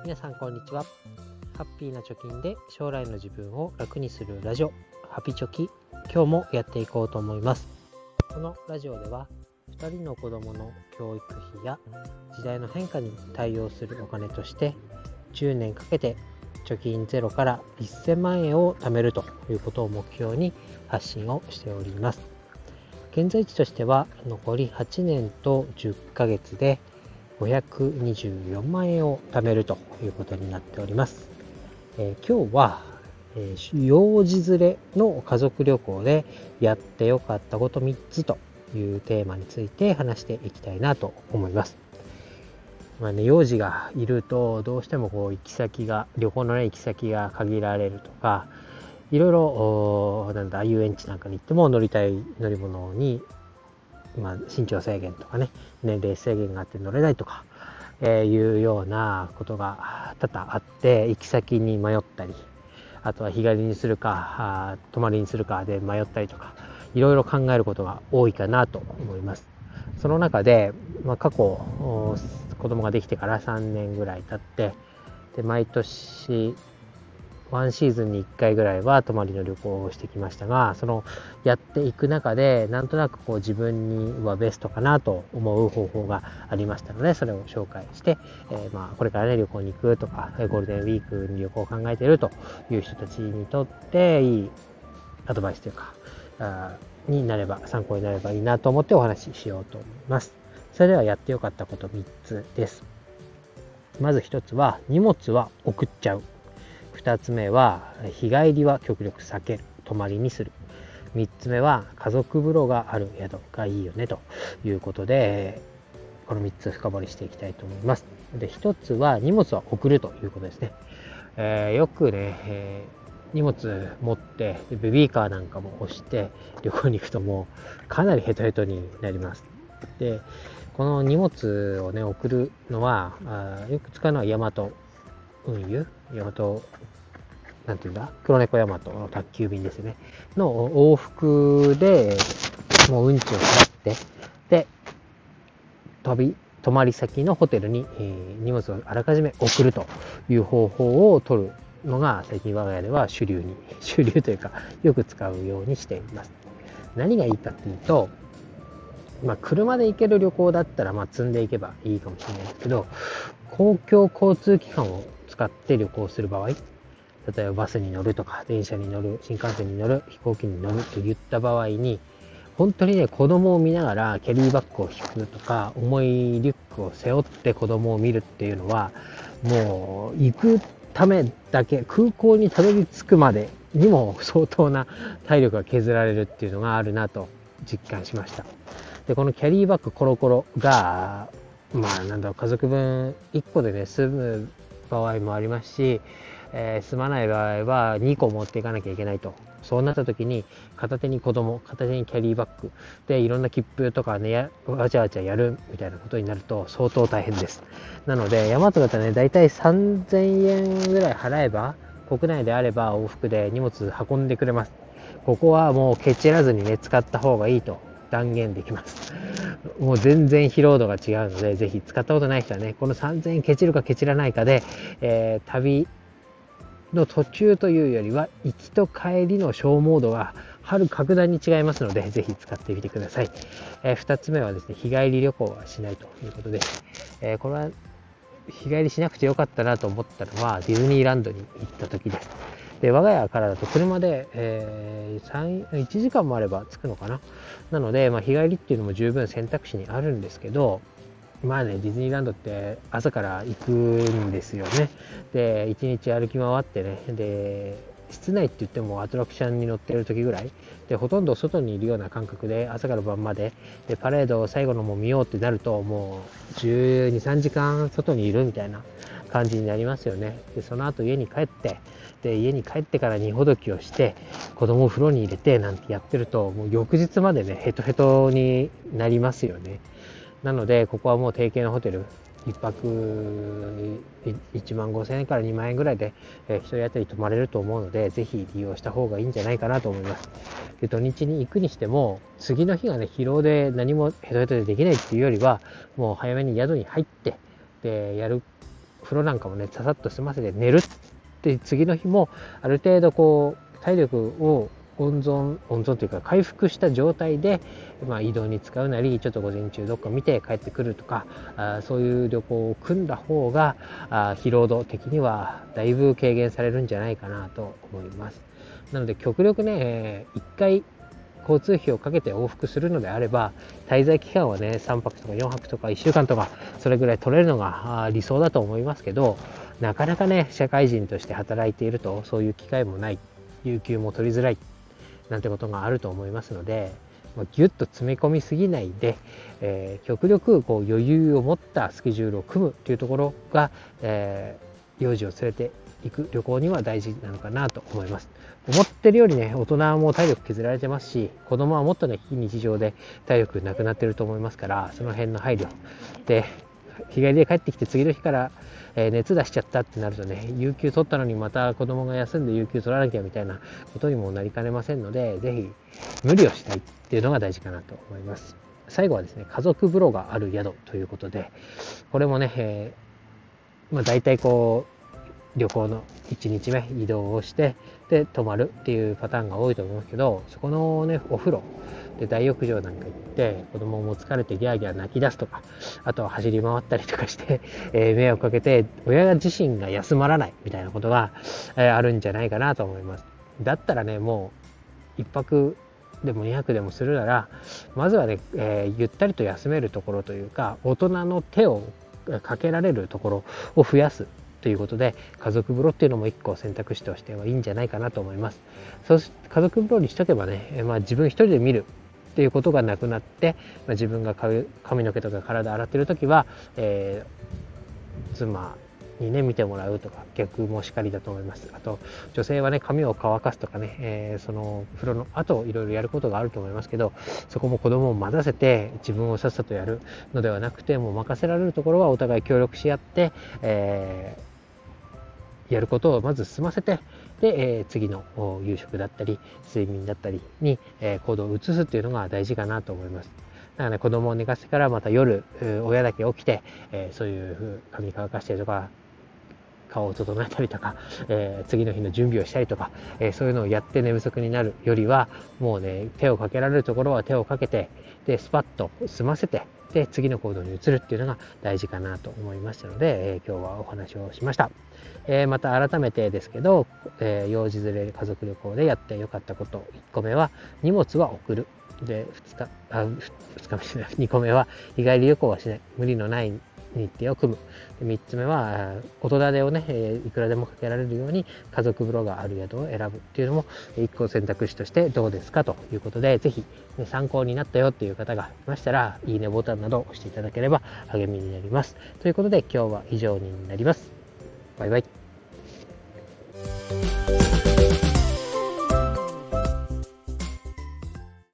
皆さんこんにちは。ハッピーな貯金で将来の自分を楽にするラジオハピチョキ、今日もやっていこうと思います。このラジオでは2人の子供の教育費や時代の変化に対応するお金として10年かけて貯金ゼロから1000万円を貯めるということを目標に発信をしております。現在地としては残り8年と10ヶ月で524万円を貯めるということになっております。今日は、幼児連れの家族旅行でやってよかったこと3つというテーマについて話していきたいなと思います。幼児がいるとどうしても旅行の行き先が限られるとか、いろいろ遊園地なんかに行っても乗りたい乗り物に身長制限とかね、年齢制限があって乗れないとか、いうようなことが多々あって、行き先に迷ったり、あとは日帰りにするか泊まりにするかで迷ったりとか、いろいろ考えることが多いかなと思います。その中で、過去子供ができてから3年ぐらい経って、で毎年1シーズンに1回ぐらいは泊まりの旅行をしてきましたが、そのやっていく中でなんとなく自分にはベストかなと思う方法がありましたので、それを紹介して、これからね旅行に行くとか、ゴールデンウィークに旅行を考えているという人たちにとっていいアドバイスというか参考になればいいなと思ってお話ししようと思います。それではやってよかったこと3つです。まず1つは荷物は送っちゃう。2つ目は日帰りは極力避ける、泊まりにする。3つ目は家族風呂がある宿がいいよねということで、この3つ深掘りしていきたいと思います。で、1つは荷物は送るということですね。よくね、荷物持ってベビーカーなんかも押して旅行に行くともうかなりヘトヘトになります。で、この荷物をね送るのはよく使うのはヤマト運輸、黒猫ヤマトの宅急便ですねの往復でもう運賃を払って、で泊まり先のホテルに、荷物をあらかじめ送るという方法を取るのが最近我が家では主流というかよく使うようにしています。何がいいかというと、車で行ける旅行だったら積んでいけばいいかもしれないですけど、公共交通機関を使って旅行する場合、例えばバスに乗るとか電車に乗る、新幹線に乗る、飛行機に乗るといった場合に、本当にね子供を見ながらキャリーバッグを引くとか、重いリュックを背負って子供を見るっていうのは、もう行くためだけ、空港にたどり着くまでにも相当な体力が削られるっていうのがあるなと実感しました。で、このキャリーバッグコロコロが家族分1個でね済む場合もありますし、済まない場合は2個持っていかなきゃいけないと。そうなった時に片手に子供、片手にキャリーバッグでいろんな切符とかねわちゃわちゃやるみたいなことになると相当大変です。なのでヤマトだったらね、だいたい3000円ぐらい払えば国内であれば往復で荷物運んでくれます。ここはもうケチらずにね使った方がいいと断言できます。もう全然疲労度が違うので、ぜひ使ったことない人はね、この3000円ケチるかケチらないかで、旅の途中というよりは行きと帰りの消耗度が格段に違いますので、ぜひ使ってみてください。2つ目はですね、日帰り旅行はしないということです。これは日帰りしなくてよかったなと思ったのはディズニーランドに行った時です。で、我が家からだと車で、1時間もあれば着くのかな。なので、日帰りっていうのも十分選択肢にあるんですけど、ディズニーランドって朝から行くんですよね。で、1日歩き回ってね、で室内って言ってもアトラクションに乗ってる時ぐらいで、ほとんど外にいるような感覚で朝から晩まで、パレードを最後のも見ようってなると、もう12、3時間外にいるみたいな感じになりますよね。で、その後家に帰って、家に帰ってから荷ほどきをして子供を風呂に入れてなんてやってると、もう翌日までねヘトヘトになりますよね。なのでここはもう提携のホテル1泊1万5000円から2万円ぐらいで1人当たり泊まれると思うので、ぜひ利用した方がいいんじゃないかなと思います。で、土日に行くにしても次の日がね疲労で何もヘトヘトでできないっていうよりは、もう早めに宿に入ってでやる風呂なんかもねささっと済ませて寝るって次の日もある程度こう体力を温存というか回復した状態で、移動に使うなりちょっと午前中どっか見て帰ってくるとか、そういう旅行を組んだ方が疲労度的にはだいぶ軽減されるんじゃないかなと思います。なので極力ね、1回交通費をかけて往復するのであれば滞在期間はね3泊とか4泊とか1週間とかそれぐらい取れるのが理想だと思いますけど、なかなかね社会人として働いているとそういう機会もない、有給も取りづらいなんてことがあると思いますので、ギュッと詰め込みすぎないで、極力こう余裕を持ったスケジュールを組むというところが、幼児を連れて行く旅行には大事なのかなと思います。思ってるよりね大人はもう体力削られてますし、子供はもっとね非日常で体力なくなってると思いますから、その辺の配慮で日帰りで帰ってきて次の日から熱出しちゃったってなるとね、有給取ったのにまた子供が休んで有給取らなきゃみたいなことにもなりかねませんので、ぜひ無理をしないっていうのが大事かなと思います。最後はですね、家族風呂がある宿ということで、これもね、大体こう旅行の1日目移動をしてで泊まるっていうパターンが多いと思いますけど、そこのねお風呂で大浴場なんか行って子供も疲れてギャーギャー泣き出すとか、あとは走り回ったりとかして、迷惑かけて親自身が休まらないみたいなことが、あるんじゃないかなと思います。だったらね、もう1泊でも2泊でもするならまずはね、ゆったりと休めるところというか、大人の手をかけられるところを増やすということで、家族風呂っていうのも一個選択肢としてはいいんじゃないかなと思います。そうし家族風呂にしとけばね、自分一人で見るっていうことがなくなって、自分が髪の毛とか体洗ってる時は、妻にね見てもらうとか、逆もしかりだと思います。あと女性はね髪を乾かすとかね、その風呂の後いろいろやることがあると思いますけど、そこも子供を待たせて自分をさっさとやるのではなくて、もう任せられるところはお互い協力し合って、やることをまず済ませて、で、次の夕食だったり睡眠だったりに、行動を移すっていうのが大事かなと思います。だからね、子供を寝かせてからまた夜親だけ起きて、そういう髪乾かしたりとか顔を整えたりとか、次の日の準備をしたりとか、そういうのをやって寝不足になるよりは、もうね手をかけられるところは手をかけて、でスパッと済ませて、で次の行動に移るっていうのが大事かなと思いましたので、今日はお話をしました。また改めてですけど、幼児連れ家族旅行でやってよかったこと、1個目は荷物は送るで、2日目じゃない、2個目は日帰り旅行はしない、無理のない日程を組む。3つ目は大人手をね、いくらでもかけられるように家族風呂がある宿を選ぶっていうのも1個選択肢としてどうですかということで、ぜひ、ね、参考になったよっていう方がいましたらいいねボタンなどを押していただければ励みになります。ということで今日は以上になります。バイバイ。